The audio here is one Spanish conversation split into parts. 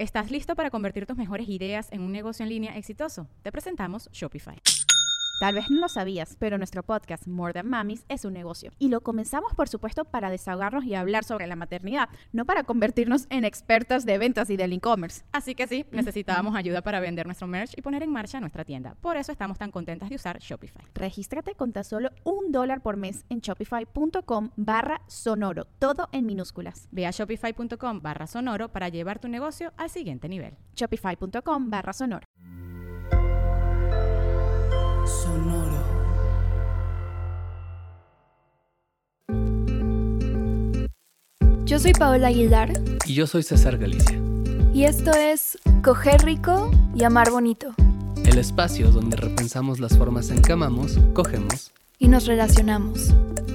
¿Estás listo para convertir tus mejores ideas en un negocio en línea exitoso? Te presentamos Shopify. Tal vez no lo sabías, pero nuestro podcast More Than Mamis es un negocio. Y lo comenzamos, por supuesto, para desahogarnos y hablar sobre la maternidad, no para convertirnos en expertas de ventas y del e-commerce. Así que sí, necesitábamos ayuda para vender nuestro merch y poner en marcha nuestra tienda. Por eso estamos tan contentas de usar Shopify. Regístrate con tan solo $1 por mes en shopify.com/sonoro, todo en minúsculas. Ve a shopify.com/sonoro para llevar tu negocio al siguiente nivel. Shopify.com/sonoro. Sonoro. Yo soy Paola Aguilar. Y yo soy César Galicia. Y esto es Coger Rico y Amar Bonito. El espacio donde repensamos las formas en que amamos, cogemos y nos relacionamos.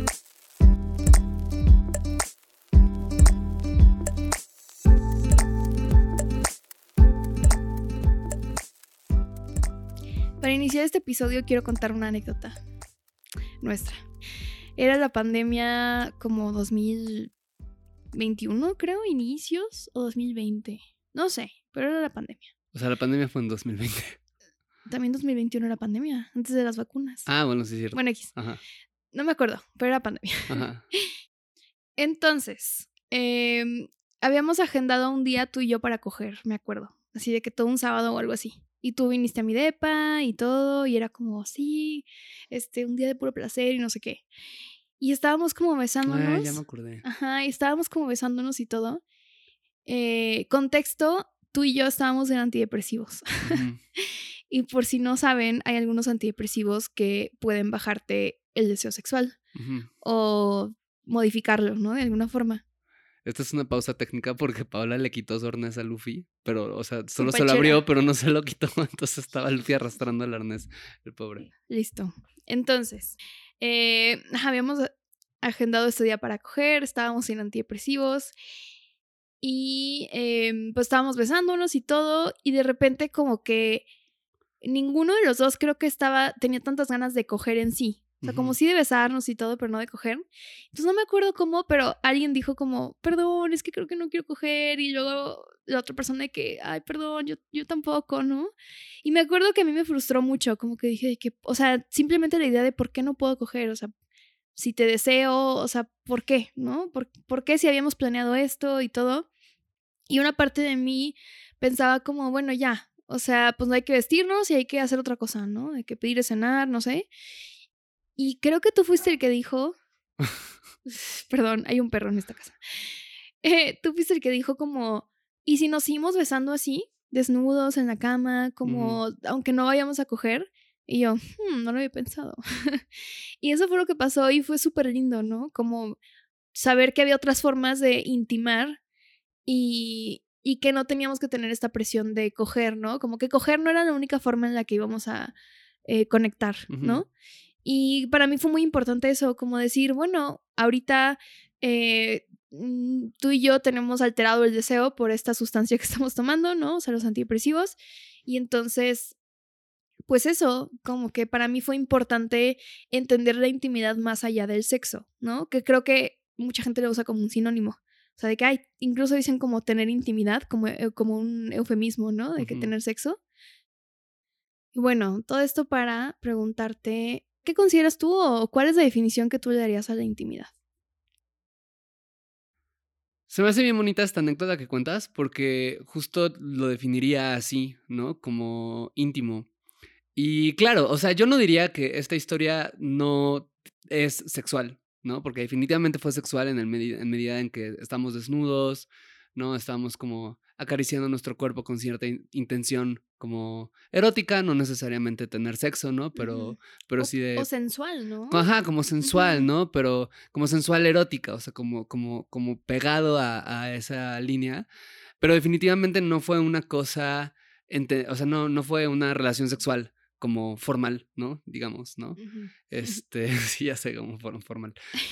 Para iniciar este episodio quiero contar una anécdota nuestra. Era la pandemia como 2021, creo, inicios, o 2020. No sé, pero era la pandemia. O sea, la pandemia fue en 2020. También 2021 era pandemia, antes de las vacunas. Ah, bueno, sí es cierto. Bueno, X. Ajá. No me acuerdo, pero era pandemia. Ajá. Entonces, habíamos agendado un día tú y yo para coger, me acuerdo. Así de que todo un sábado o algo así. Y tú viniste a mi depa y todo, y era como, sí, un día de puro placer y no sé qué. Y estábamos como besándonos. Ya me acordé. Ajá, y estábamos como besándonos y todo. Contexto, tú y yo estábamos en antidepresivos. Uh-huh. Y por si no saben, hay algunos antidepresivos que pueden bajarte el deseo sexual. Uh-huh. O modificarlo, ¿no? De alguna forma. Esta es una pausa técnica porque Paola le quitó su arnés a Luffy, pero, o sea, solo Su se lo pechera. abrió, pero no se lo quitó, entonces estaba Luffy arrastrando el arnés, el pobre. Listo. Entonces, habíamos agendado este día para coger, estábamos sin antidepresivos y pues estábamos besándonos y todo, y de repente como que ninguno de los dos creo que tenía tantas ganas de coger en sí. O sea, como sí de besarnos y todo, pero no de coger. Entonces no me acuerdo cómo, pero alguien dijo como, perdón, es que creo que no quiero coger. Y luego la otra persona de que, ay, perdón, yo tampoco, ¿no? Y me acuerdo que a mí me frustró mucho, como que dije que, o sea, simplemente la idea de por qué no puedo coger, o sea, si te deseo, o sea, ¿por qué, no? ¿Por qué si habíamos planeado esto y todo? Y una parte de mí pensaba como, bueno, ya, o sea, pues no hay que vestirnos y hay que hacer otra cosa, ¿no? Hay que pedir cenar, no sé. Y creo que tú fuiste el que dijo... Perdón, hay un perro en esta casa. Tú fuiste el que dijo como... ¿Y si nos seguimos besando así? Desnudos en la cama, como... Aunque no vayamos a coger. Y yo, no lo había pensado. Y eso fue lo que pasó y fue súper lindo, ¿no? Como saber que había otras formas de intimar y que no teníamos que tener esta presión de coger, ¿no? Como que coger no era la única forma en la que íbamos a conectar, ¿no? Y para mí fue muy importante eso, como decir, bueno, ahorita tú y yo tenemos alterado el deseo por esta sustancia que estamos tomando, ¿no? O sea, los antidepresivos. Y entonces, pues eso, como que para mí fue importante entender la intimidad más allá del sexo, ¿no? Que creo que mucha gente lo usa como un sinónimo. O sea, de que incluso dicen como tener intimidad, como un eufemismo, ¿no? De que tener sexo. Y bueno, todo esto para preguntarte... ¿Qué consideras tú o cuál es la definición que tú le darías a la intimidad? Se me hace bien bonita esta anécdota que cuentas porque justo lo definiría así, ¿no? Como íntimo. Y claro, o sea, yo no diría que esta historia no es sexual, ¿no? Porque definitivamente fue sexual en medida en que estamos desnudos, ¿no? Estamos como acariciando nuestro cuerpo con cierta intención como erótica, no necesariamente tener sexo, ¿no? Pero sí de... O sensual, ¿no? Ajá, como sensual, ¿no? Pero como sensual erótica, o sea, como pegado a esa línea. Pero definitivamente no fue una cosa, o sea, no fue una relación sexual como formal, ¿no? Digamos, ¿no? Sí, ya sé, como formal.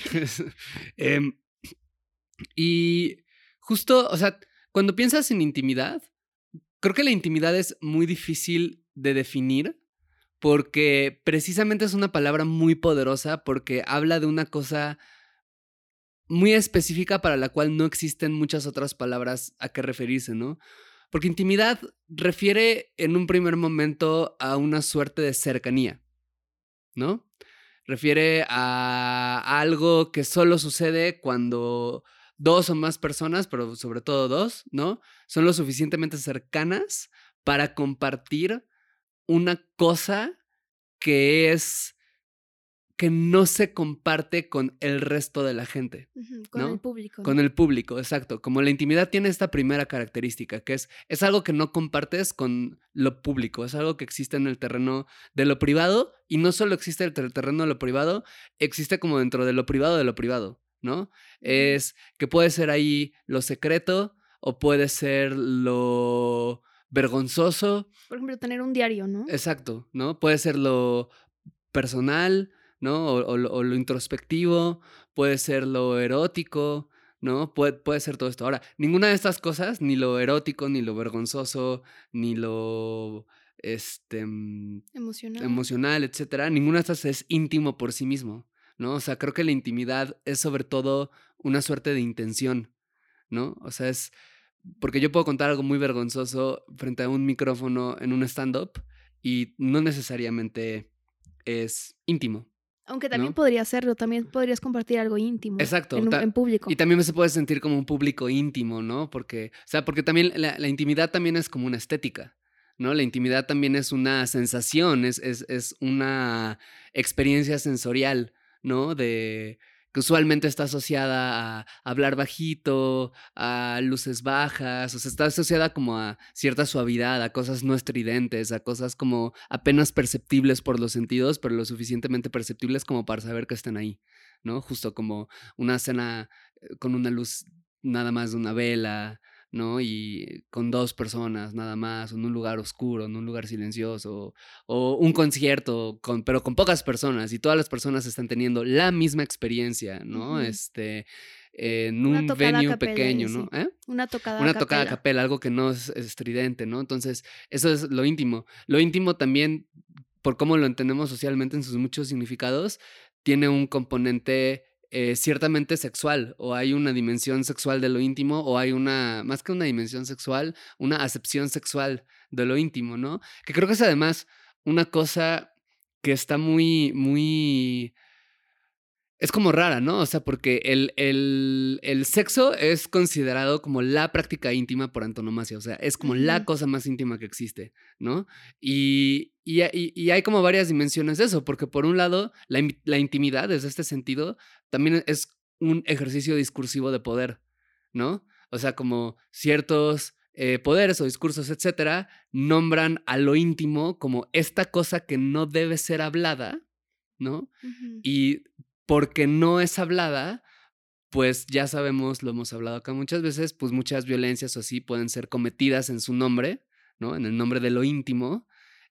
Y justo, o sea, cuando piensas en intimidad, creo que la intimidad es muy difícil de definir porque precisamente es una palabra muy poderosa porque habla de una cosa muy específica para la cual no existen muchas otras palabras a qué referirse, ¿no? Porque intimidad refiere en un primer momento a una suerte de cercanía, ¿no? Refiere a algo que solo sucede cuando dos o más personas, pero sobre todo dos, ¿no? Son lo suficientemente cercanas para compartir una cosa que es que no se comparte con el resto de la gente, Con el ¿no? público, ¿no? Con el público, exacto. Como la intimidad tiene esta primera característica, que es algo que no compartes con lo público, es algo que existe en el terreno de lo privado, y no solo existe en el terreno de lo privado, existe como dentro de lo privado, ¿no? Es que puede ser ahí lo secreto o puede ser lo vergonzoso. Por ejemplo, tener un diario, ¿no? Exacto, ¿no? Puede ser lo personal, ¿no? O lo introspectivo, puede ser lo erótico, ¿no? Puede ser todo esto. Ahora, ninguna de estas cosas, ni lo erótico, ni lo vergonzoso, ni lo Emocional. emocional, etcétera, ninguna de estas es íntimo por sí mismo, ¿no? O sea, creo que la intimidad es sobre todo una suerte de intención, ¿no? O sea, es porque yo puedo contar algo muy vergonzoso frente a un micrófono en un stand-up y no necesariamente es íntimo, Aunque también ¿no? podría serlo, también podrías compartir algo íntimo Exacto. en público. Y también se puede sentir como un público íntimo, ¿no? Porque, o sea, porque también la intimidad también es como una estética, ¿no? La intimidad también es una sensación, es una experiencia sensorial, ¿no? Que usualmente está asociada a hablar bajito, a luces bajas, o sea, está asociada como a cierta suavidad, a cosas no estridentes, a cosas como apenas perceptibles por los sentidos, pero lo suficientemente perceptibles como para saber que están ahí, ¿no? Justo como una cena con una luz nada más de una vela, ¿no? Y con dos personas nada más, en un lugar oscuro, en un lugar silencioso, o un concierto, pero con pocas personas, y todas las personas están teniendo la misma experiencia, ¿no? En Una un tocada a venue capela, pequeño, sí. ¿no? ¿Eh? Una tocada a Una tocada a capela. capela, algo que no es estridente, ¿no? Entonces, eso es lo íntimo. Lo íntimo también, por cómo lo entendemos socialmente en sus muchos significados, tiene un componente ciertamente sexual, o hay una dimensión sexual de lo íntimo, o hay más que una dimensión sexual, una acepción sexual de lo íntimo, ¿no? Que creo que es además una cosa que está muy es como rara, ¿no? O sea, porque el sexo es considerado como la práctica íntima por antonomasia, o sea, es como la cosa más íntima que existe, ¿no? Y hay como varias dimensiones de eso, porque por un lado, la intimidad, desde este sentido, también es un ejercicio discursivo de poder, ¿no? O sea, como ciertos poderes o discursos, etcétera, nombran a lo íntimo como esta cosa que no debe ser hablada, ¿no? Y porque no es hablada, pues ya sabemos, lo hemos hablado acá muchas veces, pues muchas violencias o así pueden ser cometidas en su nombre, ¿no? En el nombre de lo íntimo.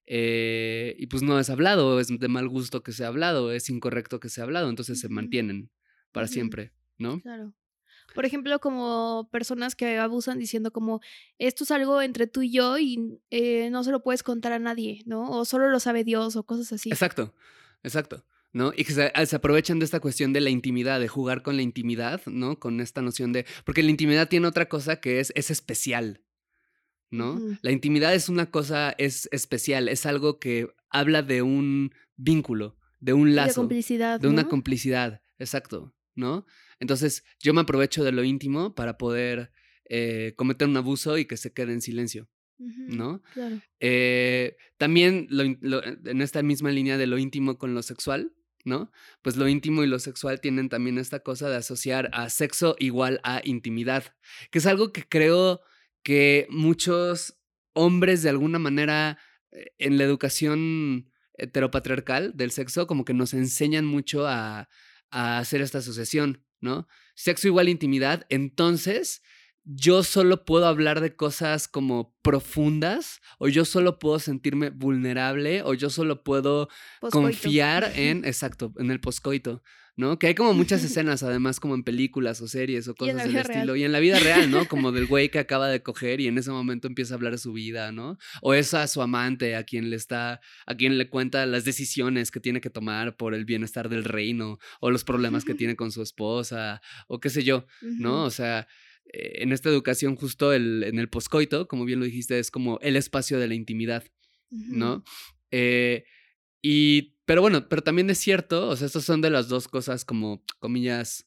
Y pues no es hablado, es de mal gusto que sea hablado, es incorrecto que sea hablado, entonces se mantienen para siempre, ¿no? Claro. Por ejemplo, como personas que abusan diciendo como, esto es algo entre tú y yo y no se lo puedes contar a nadie, ¿no? O solo lo sabe Dios o cosas así. Exacto, exacto, ¿no? Y que se aprovechan de esta cuestión de la intimidad, de jugar con la intimidad, ¿no? Con esta noción de... Porque la intimidad tiene otra cosa que es especial, ¿no? La intimidad es una cosa, es especial, es algo que habla de un vínculo, de un Y de lazo, complicidad, de una ¿no? complicidad, exacto, ¿no? Entonces yo me aprovecho de lo íntimo para poder cometer un abuso y que se quede en silencio, ¿no? Claro. También en esta misma línea de lo íntimo con lo sexual, ¿no? Pues lo íntimo y lo sexual tienen también esta cosa de asociar a sexo igual a intimidad, que es algo que creo que muchos hombres de alguna manera en la educación heteropatriarcal del sexo como que nos enseñan mucho a hacer esta asociación, ¿no? Sexo igual intimidad, entonces yo solo puedo hablar de cosas como profundas, o yo solo puedo sentirme vulnerable, o yo solo puedo Poscoito. confiar exacto, en el poscoito, ¿no? Que hay como muchas escenas, además, como en películas o series o Y en la cosas del vida estilo. real. Y en la vida real, ¿no? Como del güey que acaba de coger y en ese momento empieza a hablar de su vida, ¿no? O es a su amante a quien le cuenta las decisiones que tiene que tomar por el bienestar del reino, o los problemas que tiene con su esposa, o qué sé yo, ¿no? O sea, en esta educación justo en el poscoito, como bien lo dijiste, es como el espacio de la intimidad, ¿no? Pero bueno, pero también es cierto, o sea, estas son de las dos cosas como, comillas,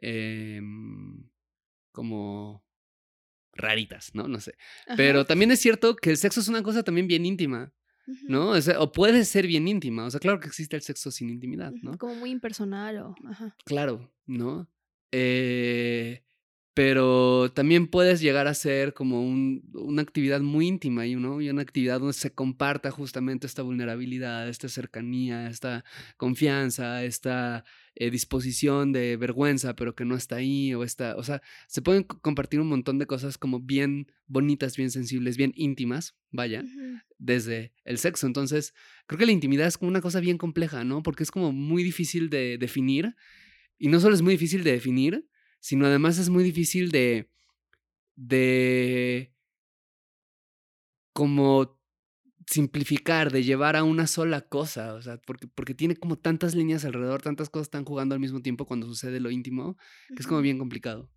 como raritas, ¿no? No sé. Pero también es cierto que el sexo es una cosa también bien íntima, ¿no? O puede ser bien íntima, o sea, claro que existe el sexo sin intimidad, ¿no? Como muy impersonal o... Claro, ¿no? Pero también puedes llegar a ser como una actividad muy íntima, ¿no? Y una actividad donde se comparta justamente esta vulnerabilidad, esta cercanía, esta confianza, esta disposición de vergüenza, pero que no está ahí, o sea, se pueden compartir un montón de cosas como bien bonitas, bien sensibles, bien íntimas, vaya, desde el sexo. Entonces, creo que la intimidad es como una cosa bien compleja, ¿no? Porque es como muy difícil de definir, y no solo es muy difícil de definir, sino además es muy difícil de como simplificar, de llevar a una sola cosa, o sea, porque tiene como tantas líneas alrededor, tantas cosas están jugando al mismo tiempo cuando sucede lo íntimo, que es como bien complicado.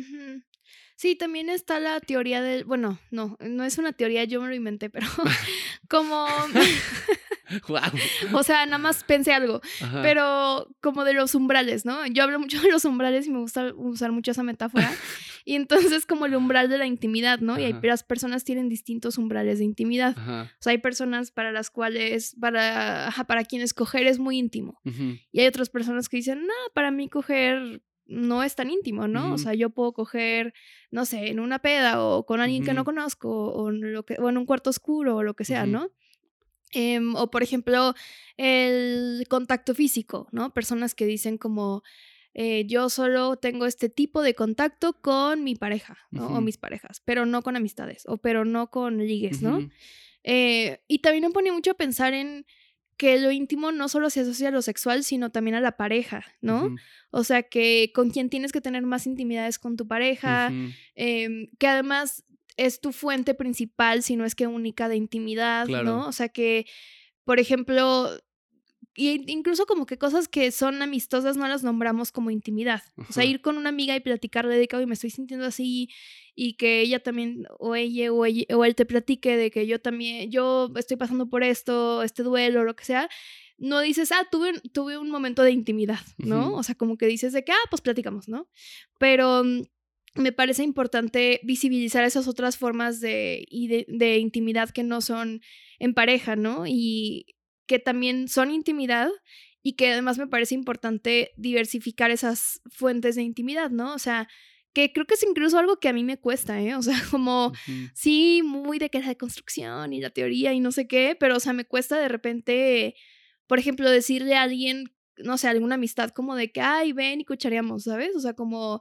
Sí, también está la teoría del... Bueno, no es una teoría, yo me lo inventé, pero como... Wow. O sea, nada más pensé algo, pero como de los umbrales, ¿no? Yo hablo mucho de los umbrales y me gusta usar mucho esa metáfora. Y entonces como el umbral de la intimidad, ¿no? Y las personas tienen distintos umbrales de intimidad. O sea, hay personas para las cuales, para quienes coger es muy íntimo. Y hay otras personas que dicen, no, para mí coger no es tan íntimo, ¿no? O sea, yo puedo coger, no sé, en una peda o con alguien que no conozco o en un cuarto oscuro o lo que sea, ¿no? O por ejemplo, el contacto físico, ¿no? Personas que dicen como, yo solo tengo este tipo de contacto con mi pareja, ¿no? O mis parejas, pero no con amistades, pero no con ligues, ¿no? Y también me pone mucho a pensar en que lo íntimo no solo se asocia a lo sexual, sino también a la pareja, ¿no? O sea, que con quien tienes que tener más intimidad es con tu pareja, que además es tu fuente principal, si no es que única, de intimidad, Claro. ¿no? O sea que, por ejemplo, incluso como que cosas que son amistosas no las nombramos como intimidad. O sea, ir con una amiga y platicarle de que hoy me estoy sintiendo así y que ella también, o él te platique de que yo estoy pasando por esto, este duelo, lo que sea. No dices, tuve un momento de intimidad, ¿no? O sea, como que dices de que, pues platicamos, ¿no? Pero me parece importante visibilizar esas otras formas de intimidad que no son en pareja, ¿no? Y que también son intimidad y que además me parece importante diversificar esas fuentes de intimidad, ¿no? O sea, que creo que es incluso algo que a mí me cuesta, ¿eh? O sea, como, sí, muy de que la deconstrucción y la teoría y no sé qué, pero, o sea, me cuesta de repente, por ejemplo, decirle a alguien, no sé, alguna amistad como de que, ay, ven y cuchareamos, ¿sabes? O sea, como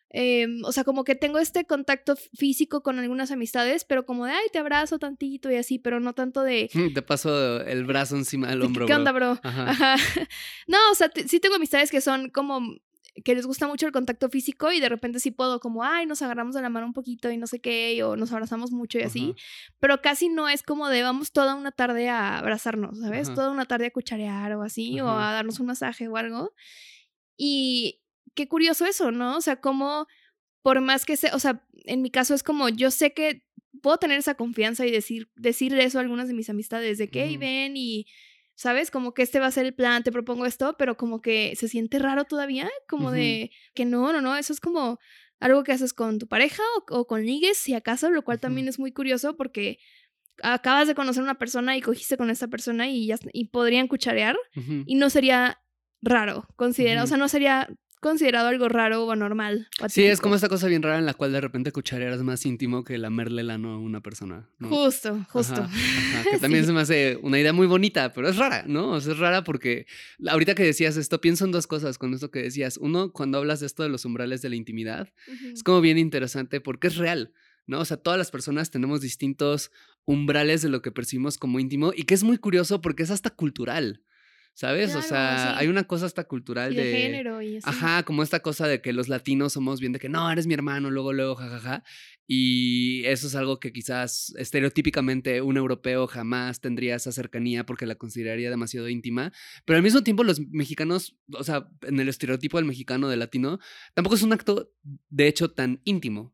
que tengo este contacto físico con algunas amistades, pero como de, ay, te abrazo tantito y así, pero no tanto de... Te paso el brazo encima del hombro, ¿Qué onda, bro? Ajá. No, o sea, sí tengo amistades que son como... que les gusta mucho el contacto físico y de repente sí puedo como, ay, nos agarramos de la mano un poquito y no sé qué, o nos abrazamos mucho y así, pero casi no es como de vamos toda una tarde a abrazarnos, ¿sabes? Toda una tarde a cucharear o así, o a darnos un masaje o algo. Y qué curioso eso, ¿no? O sea, como por más que sea, o sea, en mi caso es como yo sé que puedo tener esa confianza y decirle eso a algunas de mis amistades de que, hey, ven y, ¿sabes? Como que este va a ser el plan, te propongo esto, pero como que se siente raro todavía, como de que no, eso es como algo que haces con tu pareja o con ligues, si acaso, lo cual también es muy curioso porque acabas de conocer a una persona y cogiste con esa persona y podrían cucharear y no sería raro, o sea, no sería considerado algo raro o anormal. O sí, es como esta cosa bien rara en la cual de repente cucharear es más íntimo que lamerle el ano a una persona, ¿no? Justo. Ajá, que también se me hace una idea muy bonita, pero es rara, ¿no? O sea, es rara porque ahorita que decías esto, pienso en dos cosas con esto que decías. Uno, cuando hablas de esto de los umbrales de la intimidad, es como bien interesante porque es real, ¿no? O sea, todas las personas tenemos distintos umbrales de lo que percibimos como íntimo y que es muy curioso porque es hasta cultural. ¿Sabes? Claro, o sea, sí. hay una cosa hasta cultural y de género y así. Ajá, como esta cosa de que los latinos somos bien de que no, eres mi hermano, luego, jajaja. Y eso es algo que quizás estereotípicamente un europeo jamás tendría esa cercanía porque la consideraría demasiado íntima. Pero al mismo tiempo los mexicanos, o sea, en el estereotipo del mexicano, del latino, tampoco es un acto de hecho tan íntimo.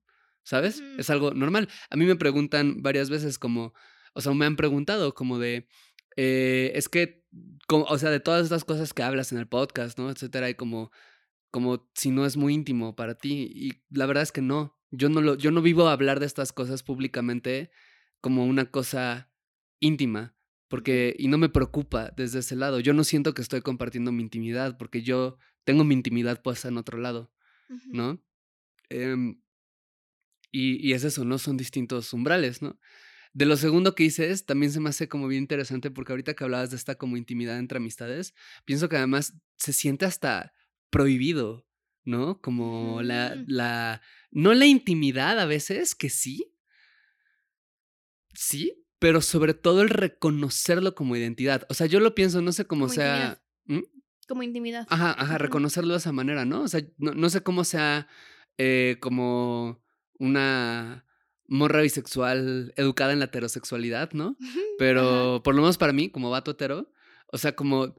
¿sabes? Ujú. Es algo normal. A mí me preguntan varias veces como, o sea, me han preguntado como de, es que, o sea, de todas estas cosas que hablas en el podcast, ¿no? Etcétera, y como si no es muy íntimo para ti. Y la verdad es que no. Yo no vivo a hablar de estas cosas públicamente como una cosa íntima, Ujú. y no me preocupa desde ese lado. Yo no siento que estoy compartiendo mi intimidad, porque yo tengo mi intimidad puesta en otro lado, Ujú. ¿no? Em, y es eso, ¿no? Son distintos umbrales, ¿no? De lo segundo que dices, también se me hace como bien interesante porque ahorita que hablabas de esta como intimidad entre amistades, pienso que además se siente hasta prohibido, ¿no? Como Ujú. no la intimidad a veces, que sí, pero sobre todo el reconocerlo como identidad. O sea, yo lo pienso, no sé cómo Como intimidad. sea. ¿Mm? Como intimidad. Ajá, ajá, Ujú. reconocerlo de esa manera, ¿no? O sea, no sé cómo sea como una morra bisexual educada en la heterosexualidad, ¿no? Ujú. Ajá. Pero por lo menos para mí, como vato hetero, o sea, como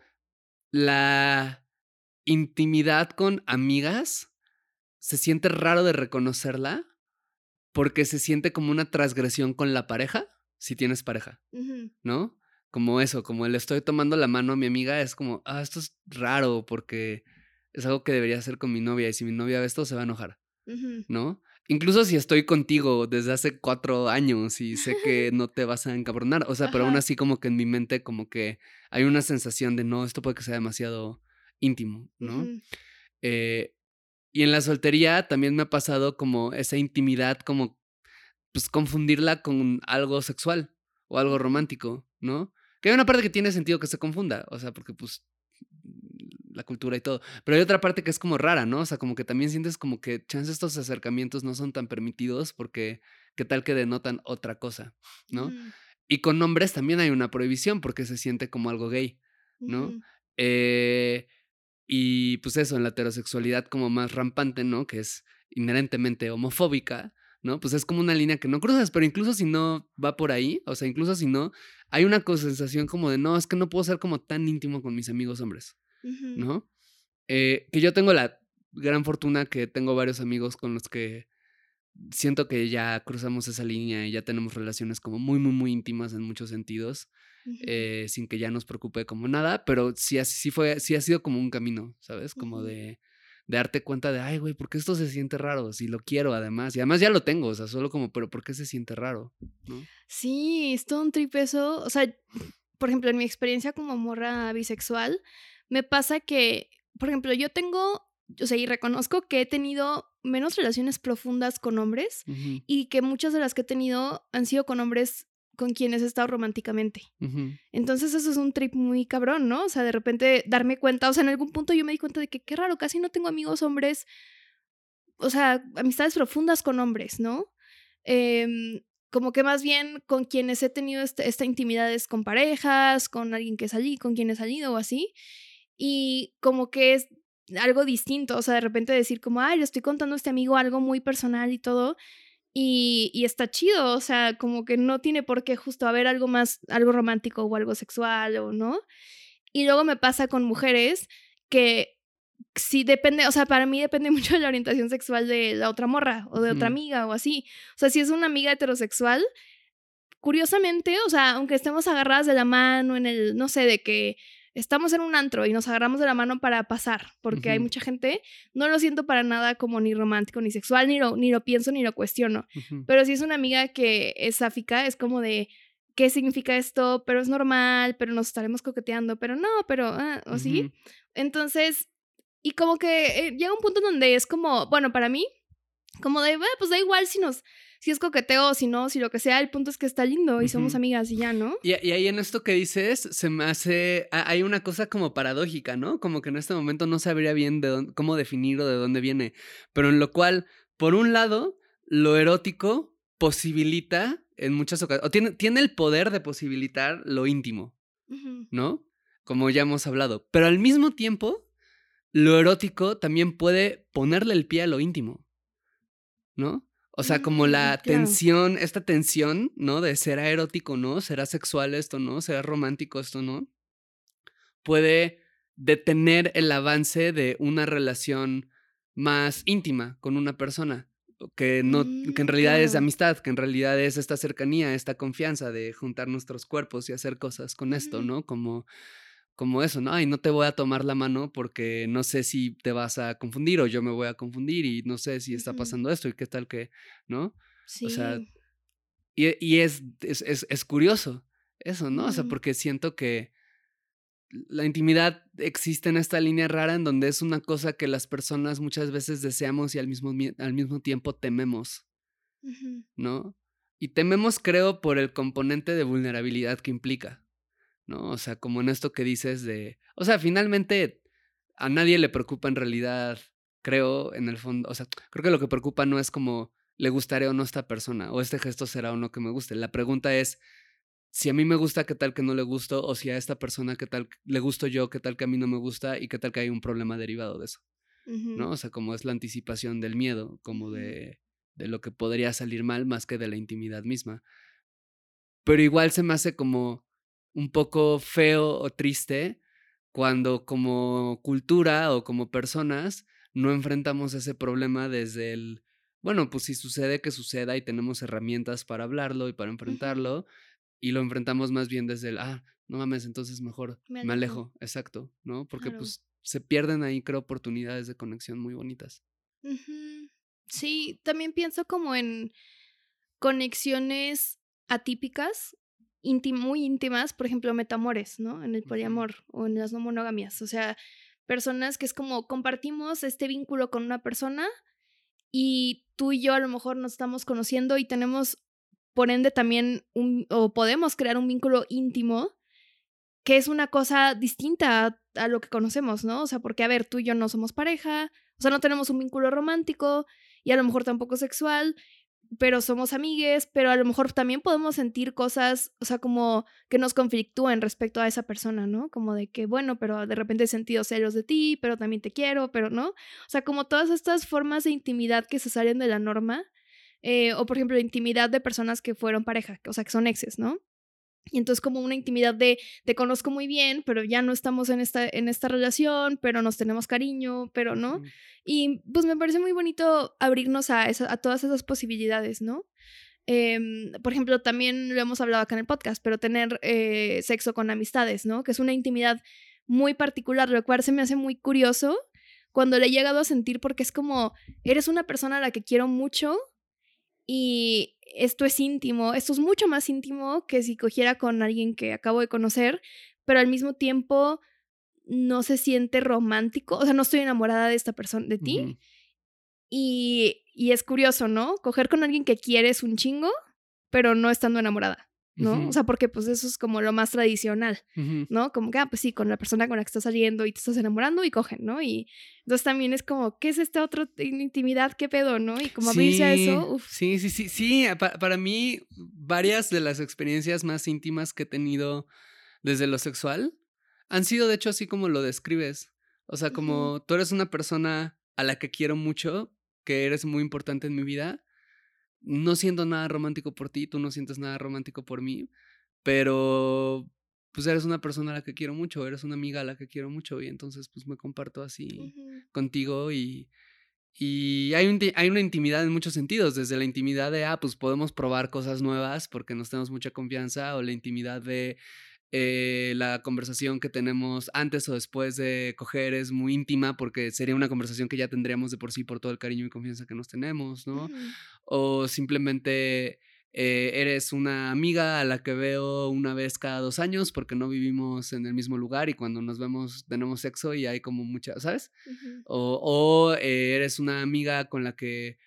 la intimidad con amigas se siente raro de reconocerla porque se siente como una transgresión con la pareja, si tienes pareja. Ujú. ¿No? Como eso, como el estoy tomando la mano a mi amiga, es como, esto es raro porque es algo que debería hacer con mi novia y si mi novia ve esto se va a enojar, Ujú. ¿no? Incluso si estoy contigo desde hace 4 años y sé que no te vas a encabronar, o sea, pero aún Ajá. así como que en mi mente como que hay una sensación de no, esto puede que sea demasiado íntimo, ¿no? Ujú. Eh, y en la soltería también me ha pasado como esa intimidad como pues confundirla con algo sexual o algo Ujú. romántico, ¿no? Que hay una parte que tiene sentido que se confunda, o sea, porque pues la cultura y todo, pero hay otra parte que es como rara, ¿no? O sea, como que también sientes como que chance estos acercamientos no son tan permitidos porque qué tal que denotan otra cosa, ¿no? Ujú. Y con hombres también hay una prohibición porque se siente como algo gay, ¿no? Ujú. Eh, y pues eso, en la heterosexualidad como más rampante, ¿no? Que es inherentemente homofóbica, ¿no? Pues es como una línea que no cruzas, pero incluso si no va por ahí, o sea, incluso si no, hay una sensación como de, no, es que no puedo ser como tan íntimo con mis amigos hombres, Ujú. ¿no? Que yo tengo la gran fortuna que tengo varios amigos con los que siento que ya cruzamos esa línea y ya tenemos relaciones como muy, muy, muy íntimas en muchos sentidos, Ujú. sin que ya nos preocupe como nada, pero sí ha sido como un camino, ¿sabes? Como Ujú. de darte cuenta de, ay, güey, ¿por qué esto se siente raro? Si lo quiero además, y además ya lo tengo, o sea, solo como, pero ¿por qué se siente raro? ¿No? Sí, es todo un trip eso. O sea, por ejemplo, en mi experiencia como morra bisexual, me pasa que, por ejemplo, yo tengo, o sea, y reconozco que he tenido menos relaciones profundas con hombres Ujú, y que muchas de las que he tenido han sido con hombres con quienes he estado románticamente. ujú, Entonces eso es un trip muy cabrón, ¿no? O sea, de repente darme cuenta, o sea, en algún punto yo me di cuenta de que qué raro, casi no tengo amigos hombres, o sea, amistades profundas con hombres, ¿no? Como que más bien con quienes he tenido esta intimidad es con parejas, con alguien que salí, con quien he salido o así. Y como que es algo distinto, o sea, de repente decir como, ay, le estoy contando a este amigo algo muy personal y todo, y está chido, o sea, como que no tiene por qué justo haber algo más, algo romántico o algo sexual o no. Y luego me pasa con mujeres que sí depende, o sea, para mí depende mucho de la orientación sexual de la otra morra o de otra ujú, amiga o así. O sea, si es una amiga heterosexual, curiosamente, o sea, aunque estemos agarradas de la mano en el, no sé, de que estamos en un antro y nos agarramos de la mano para pasar, porque hay ujú, mucha gente, no lo siento para nada como ni romántico ni sexual, ni lo pienso ni lo cuestiono. ujú, Pero si es una amiga que es sáfica, es como de, ¿qué significa esto? Pero es normal, pero nos estaremos coqueteando, pero no, pero, o sí. ujú. Entonces, y como que llega un punto donde es como, bueno, para mí, como de, pues da igual si es coqueteo o si no, si lo que sea, el punto es que está lindo y somos Ujú. amigas y ya, ¿no? Y ahí en esto que dices, se me hace, hay una cosa como paradójica, ¿no? Como que en este momento no sabría bien cómo definir o de dónde viene, pero en lo cual, por un lado, lo erótico posibilita en muchas ocasiones, o tiene el poder de posibilitar lo íntimo, Ujú. ¿no? Como ya hemos hablado, pero al mismo tiempo, lo erótico también puede ponerle el pie a lo íntimo, ¿no? O sea, como la Claro. tensión, esta tensión, ¿no? De será erótico, ¿no? ¿Será sexual esto, no? ¿Será romántico esto, no? Puede detener el avance de una relación más íntima con una persona, que en realidad es Claro. amistad, que en realidad es esta cercanía, esta confianza de juntar nuestros cuerpos y hacer cosas con esto, Ujú, ¿no? Como eso, ¿no? Ay, no te voy a tomar la mano porque no sé si te vas a confundir o yo me voy a confundir y no sé si está ujú. pasando esto y qué tal que, ¿no? O sea, Sí. y es curioso eso, ¿no? O sea, Ujú, porque siento que la intimidad existe en esta línea rara en donde es una cosa que las personas muchas veces deseamos y al mismo tiempo tememos, ujú, ¿no? Y tememos, creo, por el componente de vulnerabilidad que implica, ¿no? O sea, como en esto que dices de, o sea, finalmente a nadie le preocupa en realidad, creo, en el fondo, o sea, creo que lo que preocupa no es como le gustaré o no a esta persona, o este gesto será o no que me guste. La pregunta es, si a mí me gusta, qué tal que no le gusto, o si a esta persona, qué tal le gusto yo, qué tal que a mí no me gusta y qué tal que hay un problema derivado de eso, ujú, ¿no? O sea, como es la anticipación del miedo, como ujú, de lo que podría salir mal más que de la intimidad misma. Pero igual se me hace como un poco feo o triste cuando como cultura o como personas no enfrentamos ese problema desde el, bueno, pues si sucede, que suceda y tenemos herramientas para hablarlo y para ujú. enfrentarlo y lo enfrentamos más bien desde el, no mames, entonces mejor Me me alejo. alejo, exacto, ¿no? Porque Claro. pues se pierden ahí, creo, oportunidades de conexión muy bonitas. Ujú. Sí, también pienso como en conexiones atípicas, muy íntimas, por ejemplo, metamores, ¿no? En el Ujú, poliamor o en las no monogamias. O sea, personas que es como compartimos este vínculo con una persona y tú y yo a lo mejor nos estamos conociendo y tenemos, por ende, también o podemos crear un vínculo íntimo que es una cosa distinta a lo que conocemos, ¿no? O sea, porque, a ver, tú y yo no somos pareja, o sea, no tenemos un vínculo romántico y a lo mejor tampoco sexual, pero somos amigues, pero a lo mejor también podemos sentir cosas, o sea, como que nos conflictúen respecto a esa persona, ¿no? Como de que, bueno, pero de repente he sentido celos de ti, pero también te quiero, pero no. O sea, como todas estas formas de intimidad que se salen de la norma, o por ejemplo, intimidad de personas que fueron pareja, o sea, que son exes, ¿no? Y entonces como una intimidad de te conozco muy bien, pero ya no estamos en esta relación, pero nos tenemos cariño, pero no. ujú, Y pues me parece muy bonito abrirnos a todas esas posibilidades, ¿no? Por ejemplo, también lo hemos hablado acá en el podcast, pero tener sexo con amistades, ¿no? Que es una intimidad muy particular, lo cual se me hace muy curioso cuando le he llegado a sentir porque es como, eres una persona a la que quiero mucho y esto es íntimo, esto es mucho más íntimo que si cogiera con alguien que acabo de conocer, pero al mismo tiempo no se siente romántico, o sea, no estoy enamorada de esta persona, de ti, ujú, y es curioso, ¿no? Coger con alguien que quieres un chingo, pero no estando enamorada, ¿no? O ujú, sea, porque pues eso es como lo más tradicional, ujú. ¿no? Como que, pues sí, con la persona con la que estás saliendo y te estás enamorando y cogen, ¿no? Y entonces también es como, ¿qué es esta otra intimidad? ¿Qué pedo, no? Y como abrirse a Sí, eso, uff. sí, sí, sí, sí. Para mí, varias de las experiencias más íntimas que he tenido desde lo sexual han sido, de hecho, así como lo describes. O sea, como tú eres una persona a la que quiero mucho, que eres muy importante en mi vida. No siento nada romántico por ti, tú no sientes nada romántico por mí, pero pues eres una persona a la que quiero mucho, eres una amiga a la que quiero mucho y entonces pues me comparto así Ujú, contigo y hay una intimidad en muchos sentidos, desde la intimidad de, pues podemos probar cosas nuevas porque nos tenemos mucha confianza, o la intimidad de la conversación que tenemos antes o después de coger es muy íntima porque sería una conversación que ya tendríamos de por sí por todo el cariño y confianza que nos tenemos, ¿no? ujú, O simplemente eres una amiga a la que veo una vez cada 2 años porque no vivimos en el mismo lugar y cuando nos vemos tenemos sexo y hay como mucha, ¿sabes? ujú, O eres una amiga con la que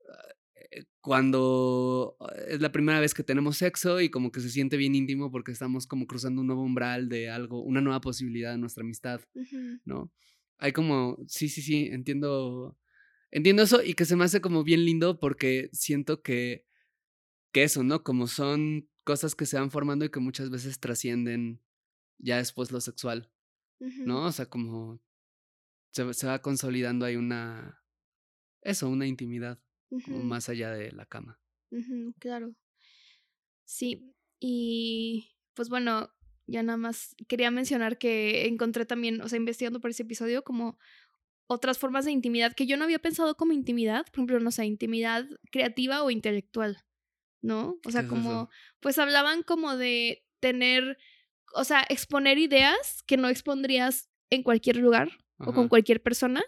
cuando es la primera vez que tenemos sexo y como que se siente bien íntimo porque estamos como cruzando un nuevo umbral de algo, una nueva posibilidad de nuestra amistad, ujú, ¿no? Hay como, sí, sí, sí, entiendo eso y que se me hace como bien lindo porque siento que eso, ¿no? Como son cosas que se van formando y que muchas veces trascienden ya después lo sexual, ujú, ¿no? O sea, como se va consolidando ahí una intimidad, como ujú, más allá de la cama. ujú, claro. Sí, y pues bueno, ya nada más quería mencionar que encontré también, o sea, investigando por ese episodio, como otras formas de intimidad que yo no había pensado como intimidad. Por ejemplo, no sé, intimidad creativa o intelectual, ¿no? O sea, ¿Qué es como, eso? pues hablaban como de tener, o sea, exponer ideas que no expondrías en cualquier lugar o con Ajá. cualquier persona.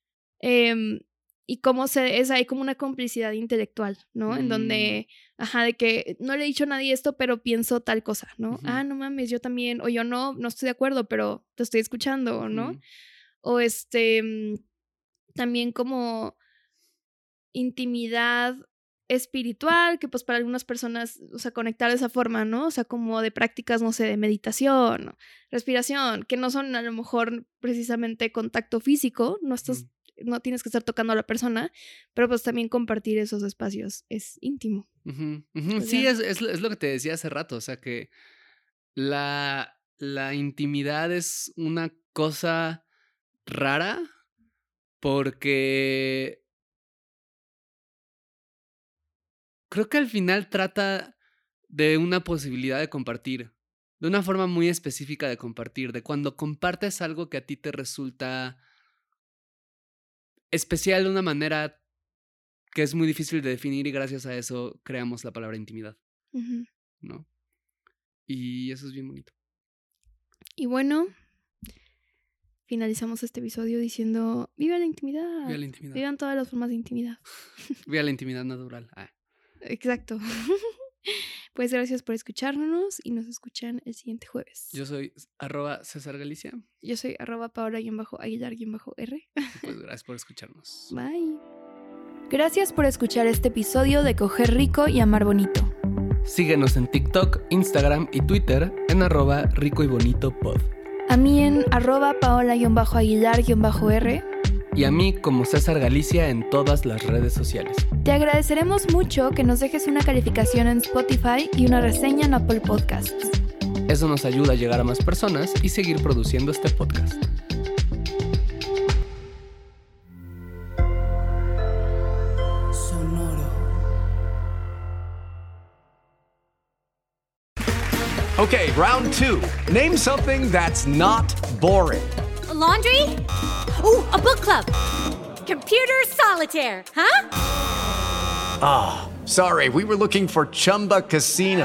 Y cómo hay como una complicidad intelectual, ¿no? En donde, de que no le he dicho a nadie esto, pero pienso tal cosa, ¿no? Ujú. No mames, yo también, o yo no estoy de acuerdo, pero te estoy escuchando, ¿no? Ujú. O también como intimidad espiritual, que pues para algunas personas, o sea, conectar de esa forma, ¿no? O sea, como de prácticas, no sé, de meditación, ¿no? Respiración, que no son a lo mejor precisamente contacto físico, no tienes que estar tocando a la persona, pero pues también compartir esos espacios es íntimo. Ujú, ujú. Pues Sí, ya. es lo que te decía hace rato, o sea que la intimidad es una cosa rara porque creo que al final trata de una posibilidad de compartir, de una forma muy específica de compartir, de cuando compartes algo que a ti te resulta especial de una manera que es muy difícil de definir y gracias a eso creamos la palabra intimidad, Ujú. ¿no? Y eso es bien bonito. Y bueno, finalizamos este episodio diciendo, viva la intimidad. Viva la intimidad. Vivan todas las formas de intimidad. Viva la intimidad natural. Exacto. Pues gracias por escucharnos y nos escuchan el siguiente jueves. Yo soy @César Galicia. Yo soy @Paola_Aguilar_R. Pues gracias por escucharnos. Bye. Gracias por escuchar este episodio de Coger Rico y Amar Bonito. Síguenos en TikTok, Instagram y Twitter en @rico y bonito pod. A mí en @Paola_Aguilar_R. Y a mí como César Galicia en todas las redes sociales. Te agradeceremos mucho que nos dejes una calificación en Spotify y una reseña en Apple Podcasts. Eso nos ayuda a llegar a más personas y seguir produciendo este podcast. Sonoro. Okay, round 2. Name something that's not boring. A laundry? Ooh, a book club. Computer solitaire, huh? Sorry, we were looking for Chumba Casino.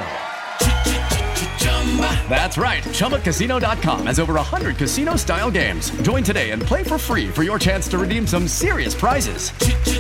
That's right. ChumbaCasino.com has over 100 casino-style games. Join today and play for free for your chance to redeem some serious prizes.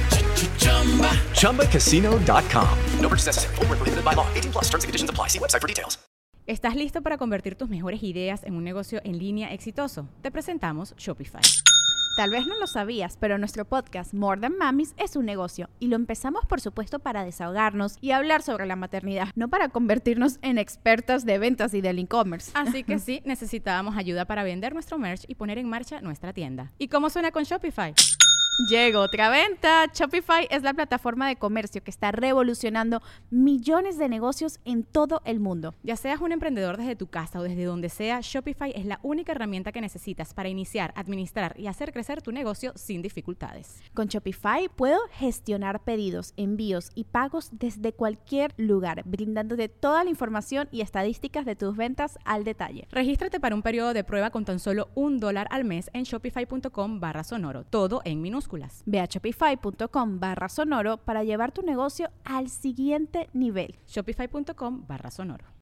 ChumbaCasino.com. No purchase necessary. Void where prohibited by law. 18+ terms and conditions apply. See website for details. ¿Estás listo para convertir tus mejores ideas en un negocio en línea exitoso? Te presentamos Shopify. Tal vez no lo sabías, pero nuestro podcast More Than Mamis es un negocio y lo empezamos por supuesto para desahogarnos y hablar sobre la maternidad, no para convertirnos en expertas de ventas y del e-commerce. Así que sí, necesitábamos ayuda para vender nuestro merch y poner en marcha nuestra tienda. ¿Y cómo suena con Shopify? Llegó otra venta. Shopify es la plataforma de comercio que está revolucionando millones de negocios en todo el mundo. Ya seas un emprendedor desde tu casa o desde donde sea, Shopify es la única herramienta que necesitas para iniciar, administrar y hacer crecer tu negocio sin dificultades. Con Shopify puedo gestionar pedidos, envíos y pagos desde cualquier lugar, brindándote toda la información y estadísticas de tus ventas al detalle. Regístrate para un periodo de prueba con tan solo $1 al mes en shopify.com/sonoro, todo en minúsculas. Ve a shopify.com/sonoro para llevar tu negocio al siguiente nivel. Shopify.com/sonoro.